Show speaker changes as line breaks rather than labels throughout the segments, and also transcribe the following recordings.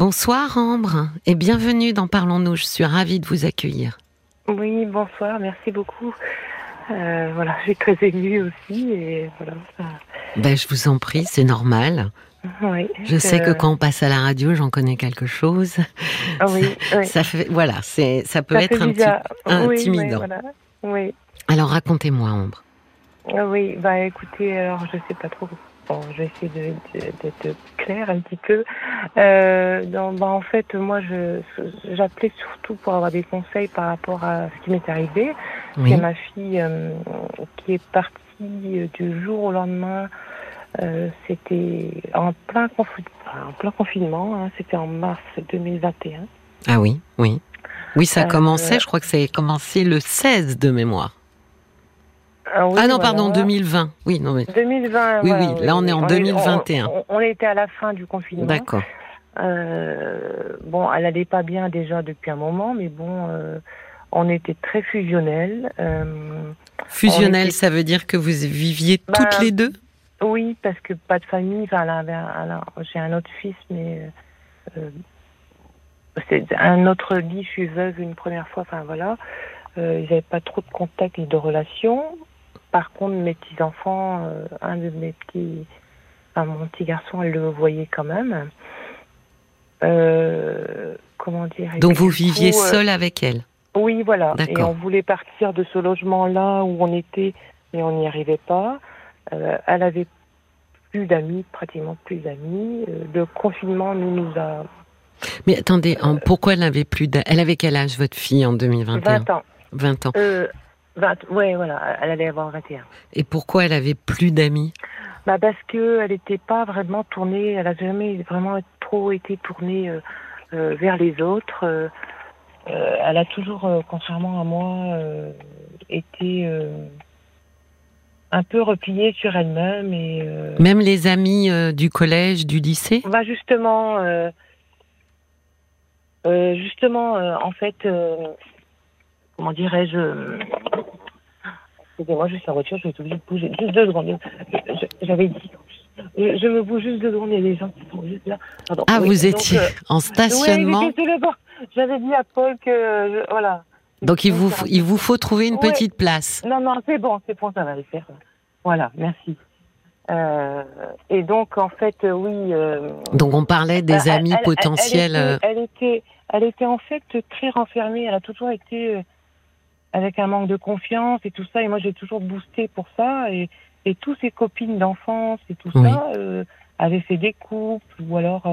Bonsoir Ambre et bienvenue dans Parlons-nous, je suis ravie de vous accueillir.
Oui, bonsoir, merci beaucoup. Voilà, je suis très émue aussi et voilà.
Je vous en prie, c'est normal.
Oui.
Je sais que quand on passe à la radio, j'en connais quelque chose.
Oui, oui.
Ça fait, voilà, ça peut
Ça fait
être un petit
bizarre. Oui,
intimidant.
voilà. Oui.
Alors racontez-moi Ambre.
Oui, écoutez, alors je sais pas trop. Bon, je vais essayer d'être claire un petit peu. En fait, moi, j'appelais surtout pour avoir des conseils par rapport à ce qui m'est arrivé.
Oui.
C'est ma fille qui est partie du jour au lendemain. C'était en plein confinement. Hein, c'était en mars 2021.
Ah oui, oui. Oui, ça commençait, je crois que ça a commencé le 16 de mémoire.
Oui,
non,
voilà.
pardon, 2020. Oui, non mais.
2020.
Oui,
voilà,
oui. Là, on est en 2021.
On était à la fin du confinement.
D'accord.
Bon, elle allait pas bien déjà depuis un moment, mais bon, on était très fusionnels.
Fusionnel, ça veut dire que vous viviez toutes les deux ?
Oui, parce que pas de famille. Enfin, j'ai un autre fils, mais c'est un autre lit. Je suis veuve une première fois. Enfin voilà, ils n'avaient pas trop de contact et de relations. Par contre, mes petits-enfants, mon petit garçon, elle le voyait quand même. Comment dire.
Donc vous viviez seule avec elle ?
Oui, voilà.
D'accord.
Et on voulait partir de ce logement-là où on était, mais on n'y arrivait pas. Elle avait plus d'amis, pratiquement plus d'amis. Le confinement nous a...
Mais attendez, pourquoi elle n'avait plus d'amis ? Elle avait quel âge, votre fille, en 2021 ?
20 ans.
20 ans.
Ouais, voilà, elle allait avoir 21.
Et pourquoi elle avait plus d'amis ?
Parce qu'elle n'était pas vraiment tournée, elle n'a jamais vraiment trop été tournée vers les autres. Elle a toujours, contrairement à moi, été un peu repliée sur elle-même. Et,
même les amis du collège, du lycée ?
Justement, en fait, comment dirais-je... Excusez-moi, je suis en voiture, je vais être obligée de bouger. Juste 2 secondes. J'avais dit... Je me bouge juste 2 secondes, il y a des gens qui sont juste là. Pardon.
Ah, oui, vous étiez en stationnement.
Oui, j'avais dit à Paul que... voilà.
Donc il vous faut trouver une petite place.
Non, c'est bon, ça va le faire. Voilà, merci. Et donc, en fait, oui...
donc on parlait des amis potentiels...
Elle était en fait très renfermée, elle a toujours été... avec un manque de confiance et tout ça, et moi j'ai toujours boosté pour ça, et tous ses copines d'enfance et tout ça avaient fait des couples, ou alors...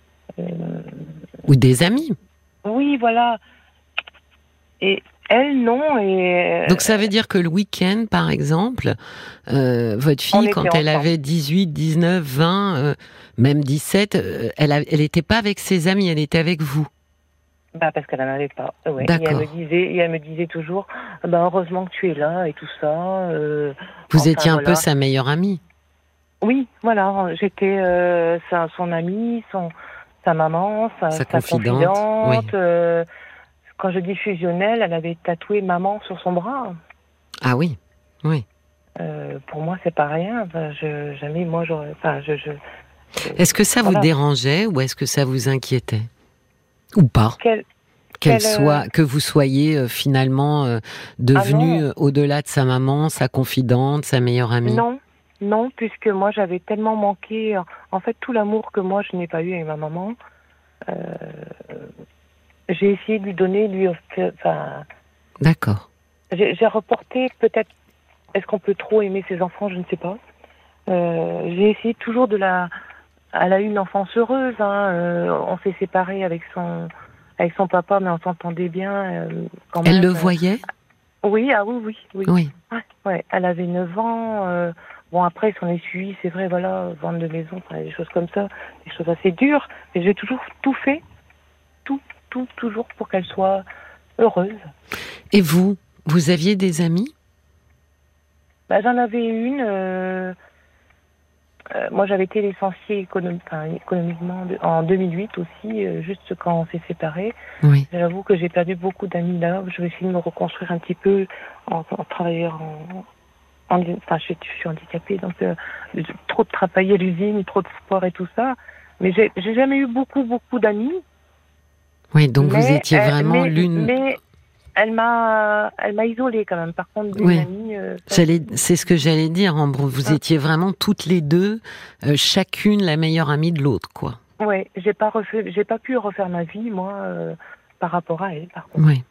ou des amis.
Oui, voilà. Et elle, non. Et
donc ça veut dire que le week-end, par exemple, votre fille, quand elle avait 18, 19, 20, même 17, elle n'était pas avec ses amis, elle était avec vous.
Parce qu'elle n'en avait pas. Ouais.
D'accord.
Et elle me disait toujours, heureusement que tu es là et tout ça.
Vous étiez un peu sa meilleure amie.
Oui, voilà. J'étais son amie, sa maman, sa confidente.
Oui.
Quand je dis fusionnelle, elle avait tatoué maman sur son bras.
Ah oui, oui.
Pour moi, c'est pas rien. Jamais, moi, j'aurais...
Est-ce que ça vous dérangeait ou est-ce que ça vous inquiétait ? Ou pas ? Que vous soyez finalement devenue au-delà de sa maman, sa confidente, sa meilleure amie ?
Non, puisque moi j'avais tellement manqué, en fait tout l'amour que moi je n'ai pas eu avec ma maman, j'ai essayé de lui donner,
D'accord.
J'ai reporté peut-être, est-ce qu'on peut trop aimer ses enfants, je ne sais pas. J'ai essayé toujours elle a eu une enfance heureuse, on s'est séparés avec son papa, mais on s'entendait bien quand même.
Elle le voyait ?
Oui, oui. Ouais, elle avait 9 ans. Bon, après, son suivi, c'est vrai, voilà, vente de maison, des choses comme ça, des choses assez dures. Mais j'ai toujours tout fait, toujours pour qu'elle soit heureuse.
Et vous aviez des amis ?
J'en avais une. Moi, j'avais été licenciée économiquement en 2008 aussi, juste quand on s'est séparés.
Oui.
J'avoue que j'ai perdu beaucoup d'amis là. Je vais essayer de me reconstruire un petit peu en travaillant je suis handicapée, donc trop de travailler à l'usine, trop de sport et tout ça. Mais j'ai jamais eu beaucoup d'amis.
Oui, donc vous étiez vraiment l'une...
Mais elle m'a isolée quand même. Par contre, d'une amie...
c'est ce que j'allais dire, Ambre. Vous étiez vraiment toutes les deux, chacune la meilleure amie de l'autre, quoi.
Oui, j'ai pas pu refaire ma vie, moi, par rapport à elle, par contre.
Oui.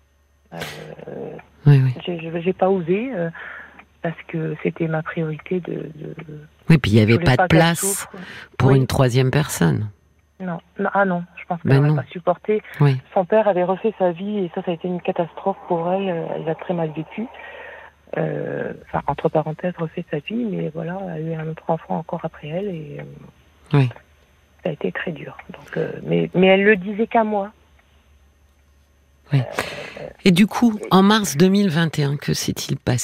Oui.
J'ai pas osé, parce que c'était ma priorité de...
Oui, puis il n'y avait pas de place pour une troisième personne.
Non, je pense qu'elle n'aurait pas supporté.
Oui.
Son père avait refait sa vie et ça a été une catastrophe pour elle. Elle l'a très mal vécu. Entre parenthèses, refait sa vie, mais voilà, elle a eu un autre enfant encore après elle et ça a été très dur. Donc, mais elle le disait qu'à moi.
Oui. Et du coup, en mars 2021, que s'est-il passé ?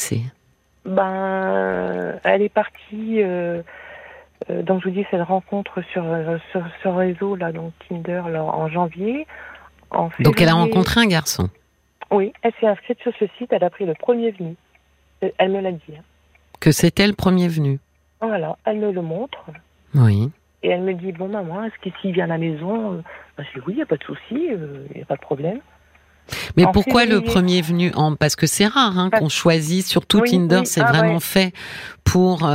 Elle est partie. Donc je vous dis, c'est une rencontre sur ce réseau là, donc Tinder, là, en janvier. En février,
donc elle a rencontré un garçon.
Oui, elle s'est inscrite sur ce site. Elle a pris le premier venu. Elle me l'a dit.
Que c'était le premier venu.
Voilà, elle me le montre.
Oui.
Et elle me dit, bon maman, est-ce que s'il vient à la maison, je dis oui, il n'y a pas de souci, il n'y a pas de problème.
Mais pourquoi le premier venu Parce que c'est rare qu'on choisit, surtout Tinder, c'est vraiment fait pour,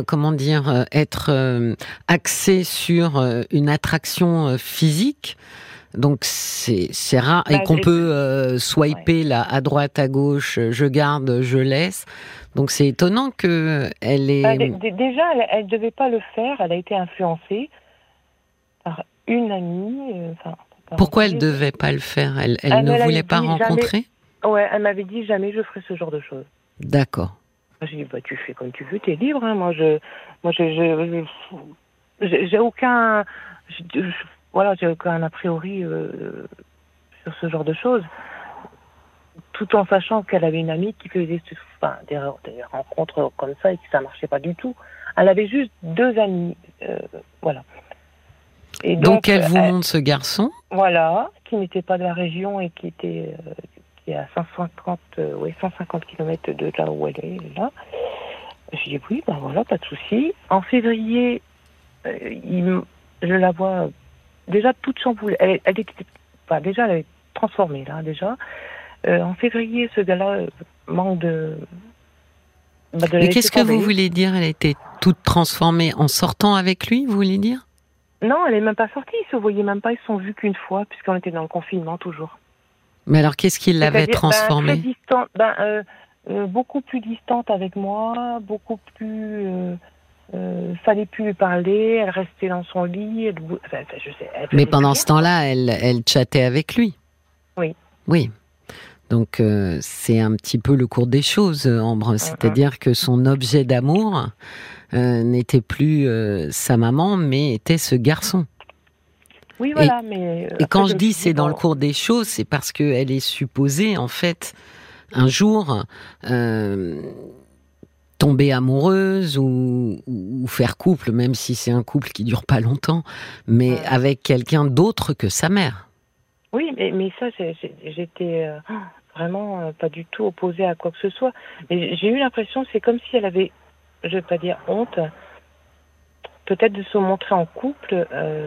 être axé sur une attraction physique. Donc c'est rare et qu'on peut swiper là à droite, à gauche, je garde, je laisse. Donc c'est étonnant que elle ait...
déjà, elle devait pas le faire. Elle a été influencée par une amie.
Pourquoi elle devait pas le faire ? Elle ne voulait pas rencontrer ?
Ouais, elle m'avait dit jamais je ferai ce genre de choses.
D'accord.
J'ai dit tu fais comme tu veux, t'es libre. Hein. Moi j'ai aucun j'ai aucun a priori sur ce genre de choses. Tout en sachant qu'elle avait une amie qui faisait des rencontres comme ça et que ça marchait pas du tout. Elle avait juste 2 amis, voilà. Et
donc elle vous montre ce garçon.
Voilà, qui n'était pas de la région et qui était à 150 km de là où elle est, là. J'ai dit oui, voilà, pas de souci. En février, je la vois déjà toute chamboulée. Elle avait transformé, là, déjà. En février, ce gars-là manque de...
Mais qu'est-ce que vous voulez dire ? Elle a été toute transformée en sortant avec lui, vous voulez dire ?
Non, elle n'est même pas sortie. Ils se voyaient même pas. Ils se sont vus qu'une fois, puisqu'on était dans le confinement, toujours.
Mais alors, qu'est-ce qui l'avait transformée ?
Très distante, beaucoup plus distante avec moi, beaucoup plus... fallait plus lui parler, elle restait dans son lit. Je sais,
mais pendant ce temps-là, elle chattait avec lui.
Oui.
Oui. Donc, c'est un petit peu le cours des choses, Ambre. C'est-à-dire que son objet d'amour n'était plus sa maman, mais était ce garçon.
Oui, voilà. Mais
et quand je dis c'est dans le cours des choses, c'est parce qu'elle est supposée, en fait, un jour... tomber amoureuse ou faire couple, même si c'est un couple qui dure pas longtemps, mais avec quelqu'un d'autre que sa mère.
Oui, mais ça, j'étais vraiment pas du tout opposée à quoi que ce soit. Mais j'ai eu l'impression, c'est comme si elle avait, je vais pas dire honte, peut-être de se montrer en couple,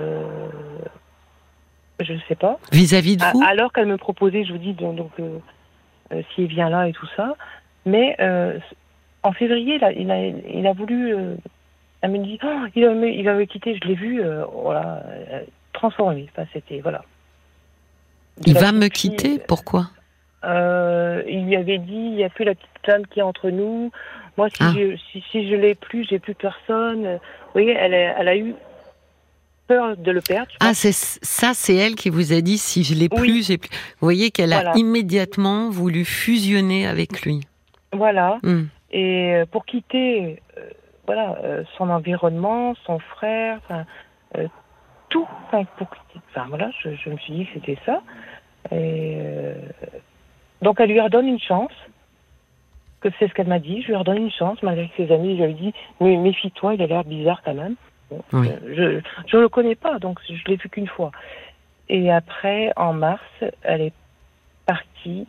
je ne sais pas.
Vis-à-vis de vous ?
Alors qu'elle me proposait, je vous dis, s'il vient là et tout ça, mais... en février, il a voulu... elle me dit, il va me quitter, je l'ai vu, transformé. Enfin, c'était, voilà.
Il va me quitter ? Pourquoi ?
Il lui avait dit, il n'y a plus la petite flamme qui est entre nous. Moi, si je l'ai plus, j'ai plus personne. Vous voyez, elle a eu peur de le perdre.
C'est elle qui vous a dit, si je l'ai plus, j'ai plus... Vous voyez qu'elle a immédiatement voulu fusionner avec lui.
Voilà. Et pour quitter son environnement, son frère, tout, pour quitter. Je me suis dit que c'était ça. Et donc elle lui redonne une chance, que c'est ce qu'elle m'a dit, je lui redonne une chance, malgré que ses amis lui avaient dit, mais méfie-toi, il a l'air bizarre quand même. Bon, je le connais pas, donc je l'ai vu qu'une fois. Et après, en mars, elle est partie,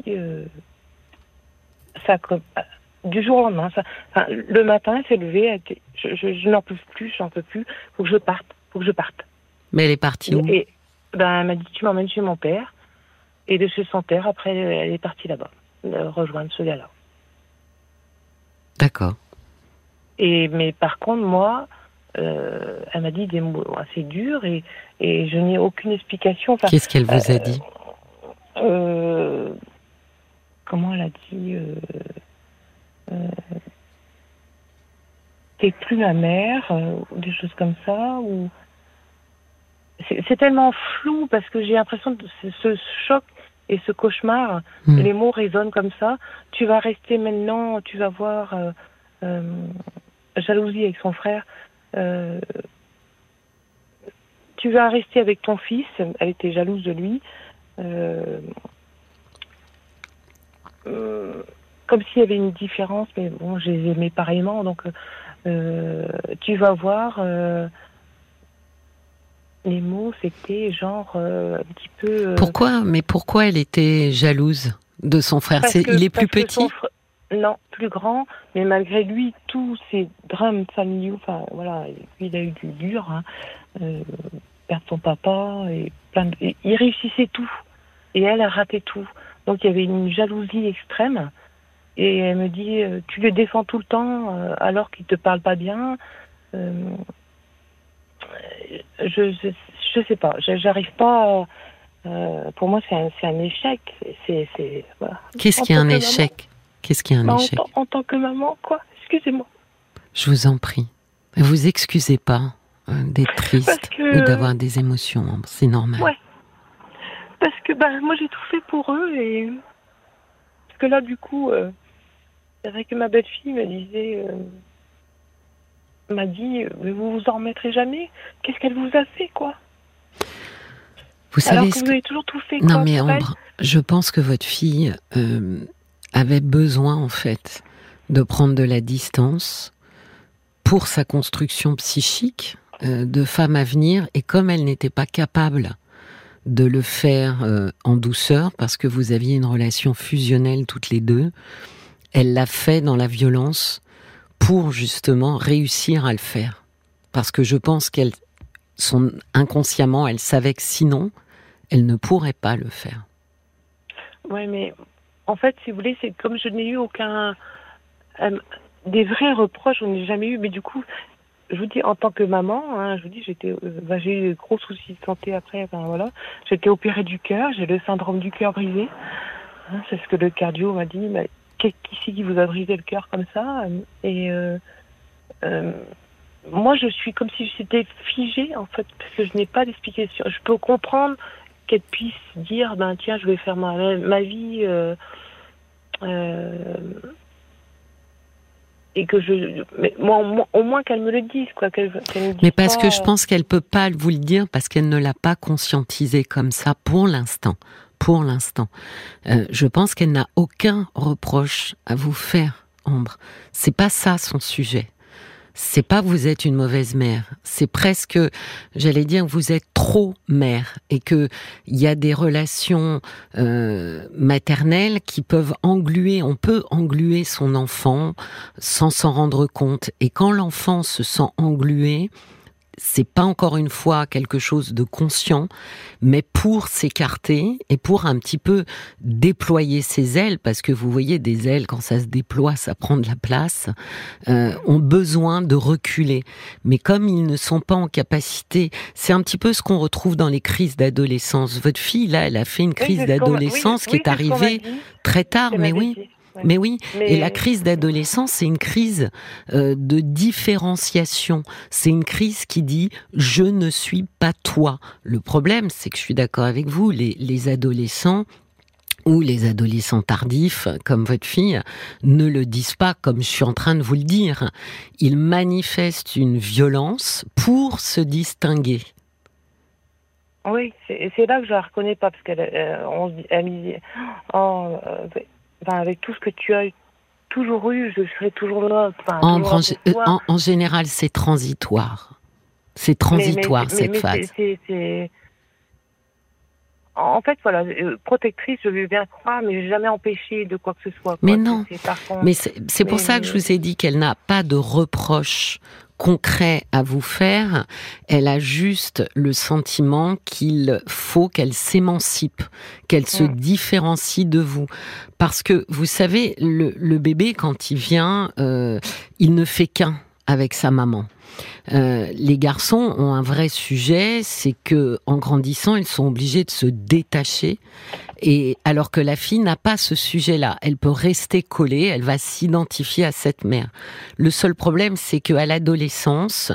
du jour au lendemain, le matin, elle s'est levée, je n'en peux plus, j'en peux plus, faut que je parte.
Mais elle est partie où?
Elle m'a dit, tu m'emmènes chez mon père. Et de chez son père, après, elle est partie là-bas, rejoindre ce gars-là.
D'accord.
Mais par contre, moi, elle m'a dit des mots assez durs et je n'ai aucune explication. Enfin,
qu'est-ce qu'elle vous a dit?
Comment elle a dit t'es plus ma mère, ou des choses comme ça, ou c'est tellement flou parce que j'ai l'impression que ce choc et ce cauchemar, les mots résonnent comme ça. Tu vas rester maintenant, tu vas voir jalousie avec son frère. Tu vas rester avec ton fils. Elle était jalouse de lui. Comme s'il y avait une différence, mais bon, je les aimais pareillement, donc tu vas voir. Les mots, c'était genre un petit peu.
Pourquoi elle était jalouse de son frère? Il est plus petit?
Non, plus grand, mais malgré lui, tous ces drames familiaux, enfin voilà, lui, il a eu du dur, hein, perdre son papa, et il réussissait tout, et elle a raté tout. Donc il y avait une jalousie extrême, et elle me dit, tu le défends tout le temps, alors qu'il te parle pas bien. Je sais pas, j'arrive pas. Pour moi, c'est un échec. Voilà.
Qu'est-ce qui est un échec? Qu'est-ce qui est un échec?
En tant que maman, quoi. Excusez-moi.
Je vous en prie. Vous excusez pas d'être triste ou d'avoir des émotions. Hein. C'est normal.
Ouais. Parce que moi, j'ai tout fait pour eux et parce que là, du coup, avec ma belle-fille me disait. M'a dit, mais vous vous en remettrez jamais. Qu'est-ce qu'elle vous a fait, quoi?
Vous savez,
alors que vous avez toujours tout fait.
Non, mais Ambre, je pense que votre fille avait besoin, en fait, de prendre de la distance pour sa construction psychique de femme à venir. Et comme elle n'était pas capable de le faire en douceur, parce que vous aviez une relation fusionnelle toutes les deux, elle l'a fait dans la violence pour justement réussir à le faire. Parce que je pense inconsciemment, elle savait que sinon, elle ne pourrait pas le faire.
Oui, mais en fait, si vous voulez, c'est comme je n'ai eu aucun... des vrais reproches, je n'ai jamais eu. Mais du coup, je vous dis, en tant que maman, hein, je vous dis, j'ai eu de gros soucis de santé après. Enfin, voilà. J'ai été opérée du cœur, j'ai le syndrome du cœur brisé. Hein, c'est ce que le cardio m'a dit. Qui vous a brisé le cœur comme ça? Et moi, je suis comme si j'étais figée, en fait, parce que je n'ai pas d'explication. Je peux comprendre qu'elle puisse dire, tiens, je vais faire ma vie, et que mais moi, au moins qu'elle me le dise, quoi. Qu'elle me dise
mais parce que je pense qu'elle peut pas vous le dire, parce qu'elle ne l'a pas conscientisé comme ça pour l'instant. Pour l'instant. Je pense qu'elle n'a aucun reproche à vous faire, Ambre. C'est pas ça son sujet. C'est pas vous êtes une mauvaise mère. C'est presque, j'allais dire, vous êtes trop mère et que il y a des relations maternelles qui peuvent engluer. On peut engluer son enfant sans s'en rendre compte. Et quand l'enfant se sent englué, c'est pas encore une fois quelque chose de conscient, mais pour s'écarter et pour un petit peu déployer ses ailes, parce que vous voyez, des ailes, quand ça se déploie, ça prend de la place, ont besoin de reculer. Mais comme ils ne sont pas en capacité, c'est un petit peu ce qu'on retrouve dans les crises d'adolescence. Votre fille, là, elle a fait une crise d'adolescence qui est arrivée très tard, mais oui. Mais oui, et la crise d'adolescence, c'est une crise de différenciation. C'est une crise qui dit « je ne suis pas toi ». Le problème, c'est que je suis d'accord avec vous, les adolescents ou les adolescents tardifs, comme votre fille, ne le disent pas comme je suis en train de vous le dire. Ils manifestent une violence pour se distinguer.
Oui, c'est là que je la reconnais pas, parce elle me dit avec tout ce que tu as toujours eu, je serai toujours là.
En général, c'est transitoire. C'est transitoire, cette phase.
En fait, voilà, protectrice, je veux bien croire, mais j'ai jamais empêché de quoi que ce soit.
Mais non, mais c'est pour ça que je vous ai dit qu'elle n'a pas de reproche concret à vous faire. Elle a juste le sentiment qu'il faut qu'elle s'émancipe, qu'elle se différencie de vous. Parce que, vous savez, le bébé, quand il vient, il ne fait qu'un avec sa maman. Les garçons ont un vrai sujet, c'est que en grandissant, ils sont obligés de se détacher, et alors que la fille n'a pas ce sujet-là, elle peut rester collée, elle va s'identifier à cette mère. Le seul problème, c'est qu'à l'adolescence,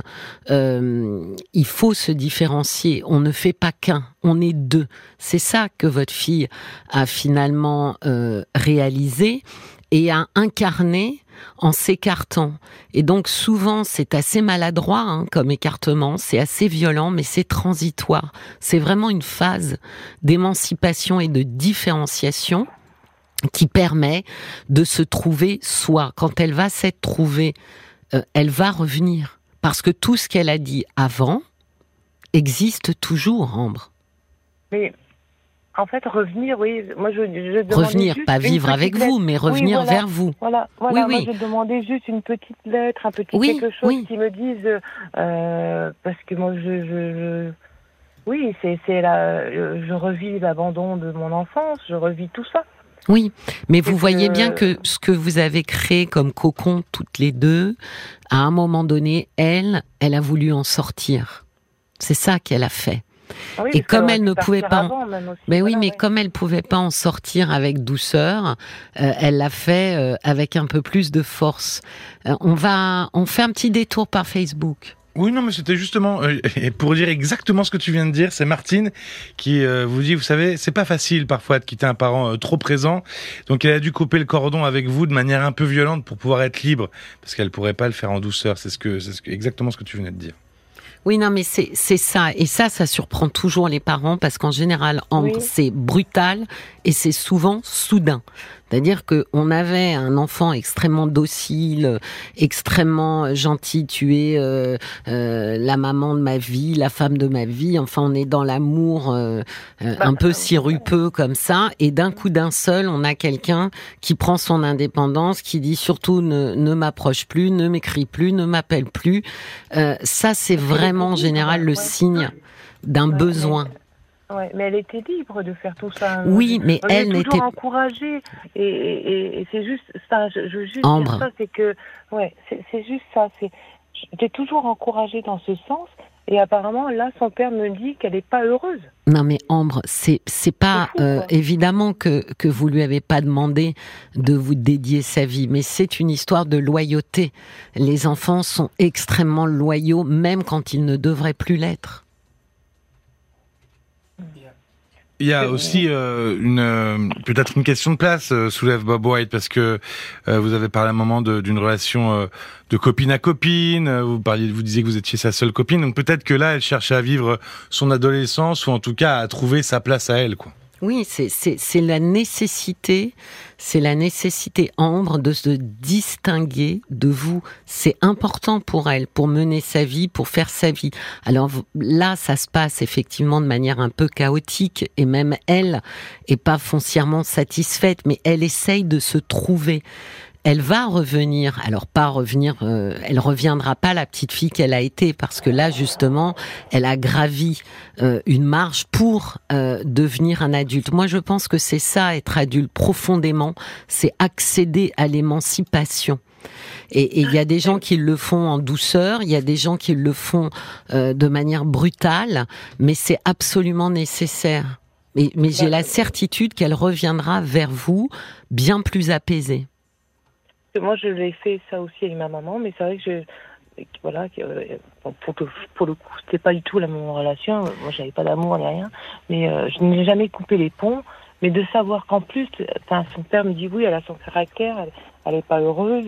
il faut se différencier. On ne fait pas qu'un, on est deux. C'est ça que votre fille a finalement réalisé et a incarné en s'écartant. Et donc souvent c'est assez maladroit comme écartement, c'est assez violent, mais c'est transitoire. C'est vraiment une phase d'émancipation et de différenciation qui permet de se trouver soi. Quand elle va s'être trouvée, elle va revenir. Parce que tout ce qu'elle a dit avant existe toujours, Ambre.
Mais... En fait, revenir, oui. Moi, je
revenir, pas vivre avec vous, mais revenir vers vous.
Voilà.
Oui.
Moi, je demandais juste une petite lettre, un petit quelque chose qui me dise, parce que moi, oui, c'est là, je revis l'abandon de mon enfance, je revis tout ça.
Oui, mais vous voyez bien que ce que vous avez créé comme cocon toutes les deux, à un moment donné, elle a voulu en sortir. C'est ça qu'elle a fait.
Oui,
et comme elle ne pouvait pas, comme elle pouvait pas en sortir avec douceur, elle l'a fait avec un peu plus de force. On fait un petit détour par Facebook.
Oui, non, mais c'était justement pour dire exactement ce que tu viens de dire. C'est Martine qui vous dit, vous savez, c'est pas facile parfois de quitter un parent trop présent. Donc elle a dû couper le cordon avec vous de manière un peu violente pour pouvoir être libre, parce qu'elle pourrait pas le faire en douceur. C'est exactement ce que tu venais de dire.
Oui, non, mais c'est ça. Et ça surprend toujours les parents parce qu'en général, c'est brutal et c'est souvent soudain. C'est-à-dire qu'on avait un enfant extrêmement docile, extrêmement gentil. Tu es la maman de ma vie, la femme de ma vie. Enfin, on est dans l'amour un peu sirupeux comme ça. Et d'un coup d'un seul, on a quelqu'un qui prend son indépendance, qui dit surtout ne m'approche plus, ne m'écris plus, ne m'appelle plus. Ça, c'est vraiment en général le signe d'un besoin.
Ouais, mais elle était libre de faire tout ça.
Oui, mais elle n'était
toujours encouragée et c'est juste ça. Je veux juste
Ambre.
dire ça, c'est que c'est juste ça. J'étais toujours encouragée dans ce sens et apparemment là, son père me dit qu'elle n'est pas heureuse.
Non mais Ambre, c'est pas évidemment que vous lui avez pas demandé de vous dédier sa vie, mais c'est une histoire de loyauté. Les enfants sont extrêmement loyaux, même quand ils ne devraient plus l'être.
Il y a aussi peut-être une question de place, soulève Bob White, parce que vous avez parlé à un moment d'une relation de copine à copine, vous disiez que vous étiez sa seule copine, donc peut-être que là, elle cherche à vivre son adolescence, ou en tout cas à trouver sa place à elle, quoi.
Oui, c'est la nécessité, Ambre, de se distinguer de vous. C'est important pour elle, pour mener sa vie, pour faire sa vie. Alors là, ça se passe effectivement de manière un peu chaotique, et même elle est pas foncièrement satisfaite, mais elle essaye de se trouver. Elle va revenir, alors pas revenir, elle reviendra pas la petite fille qu'elle a été, parce que là justement, elle a gravi une marche pour devenir un adulte. Moi, je pense que c'est ça, être adulte profondément, c'est accéder à l'émancipation. Et il y a des gens qui le font en douceur, il y a des gens qui le font de manière brutale, mais c'est absolument nécessaire. Mais j'ai la certitude qu'elle reviendra vers vous bien plus apaisée.
Moi, je l'ai fait ça aussi avec ma maman, mais c'est vrai que pour le coup, c'était pas du tout la même relation. Moi, j'avais pas d'amour ni rien, mais je n'ai jamais coupé les ponts. Mais de savoir qu'en plus, son père me dit oui, elle a son caractère, elle est pas heureuse.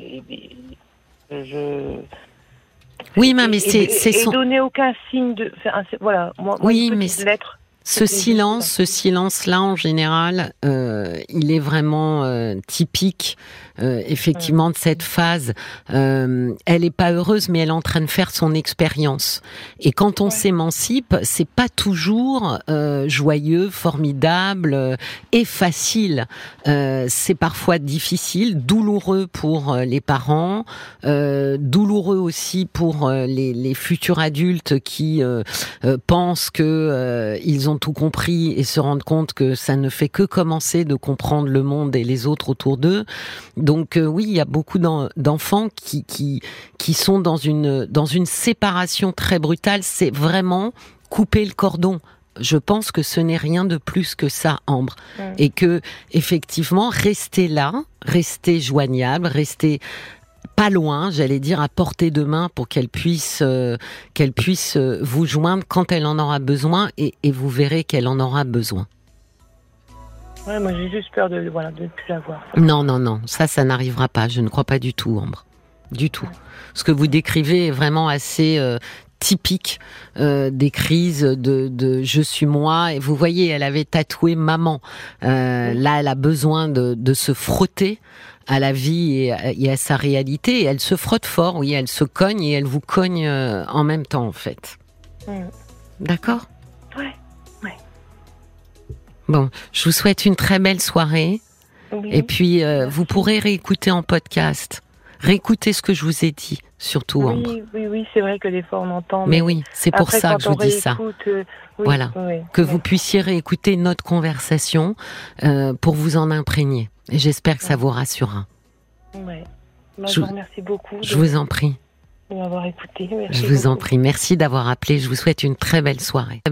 Oui, mais c'est
son... donner aucun signe de. Voilà. Moi,
oui, mais lettre. Ce silence-là, en général, il est vraiment typique effectivement de cette phase. Elle est pas heureuse, mais elle est en train de faire son expérience. Et quand on s'émancipe, c'est pas toujours joyeux, formidable et facile. C'est parfois difficile, douloureux pour les parents, douloureux aussi pour les futurs adultes qui pensent que ils ont tout compris et se rendent compte que ça ne fait que commencer de comprendre le monde et les autres autour d'eux. Donc oui, il y a beaucoup d'enfants qui sont dans une séparation très brutale. C'est vraiment couper le cordon. Je pense que ce n'est rien de plus que ça, Ambre. Et que, effectivement, rester là, rester joignable, rester pas loin, j'allais dire, à portée de main pour qu'elle puisse vous joindre quand elle en aura besoin, et vous verrez qu'elle en aura besoin.
Ouais, moi j'ai juste peur de ne plus la voir.
Non, ça n'arrivera pas. Je ne crois pas du tout, Ambre. Du tout. Ce que vous décrivez est vraiment assez typique des crises de je suis moi. Et vous voyez, elle avait tatoué maman. Là, elle a besoin de se frotter à la vie et à sa réalité. Et elle se frotte fort, oui, elle se cogne et elle vous cogne en même temps, en fait. D'accord ?
Ouais.
Bon, je vous souhaite une très belle soirée. Oui. Et puis, vous pourrez réécouter en podcast. Réécoutez ce que je vous ai dit, surtout, Ambre.
Oui, c'est vrai que des fois on entend.
Mais oui, c'est pour ça que je vous dis ça. Voilà, que vous puissiez réécouter notre conversation pour vous en imprégner. Et j'espère que ça vous rassurera.
Ouais. Je vous remercie beaucoup.
Je vous en prie.
De m'avoir écouté. Merci
je vous en prie. Merci d'avoir appelé. Je vous souhaite une très belle soirée.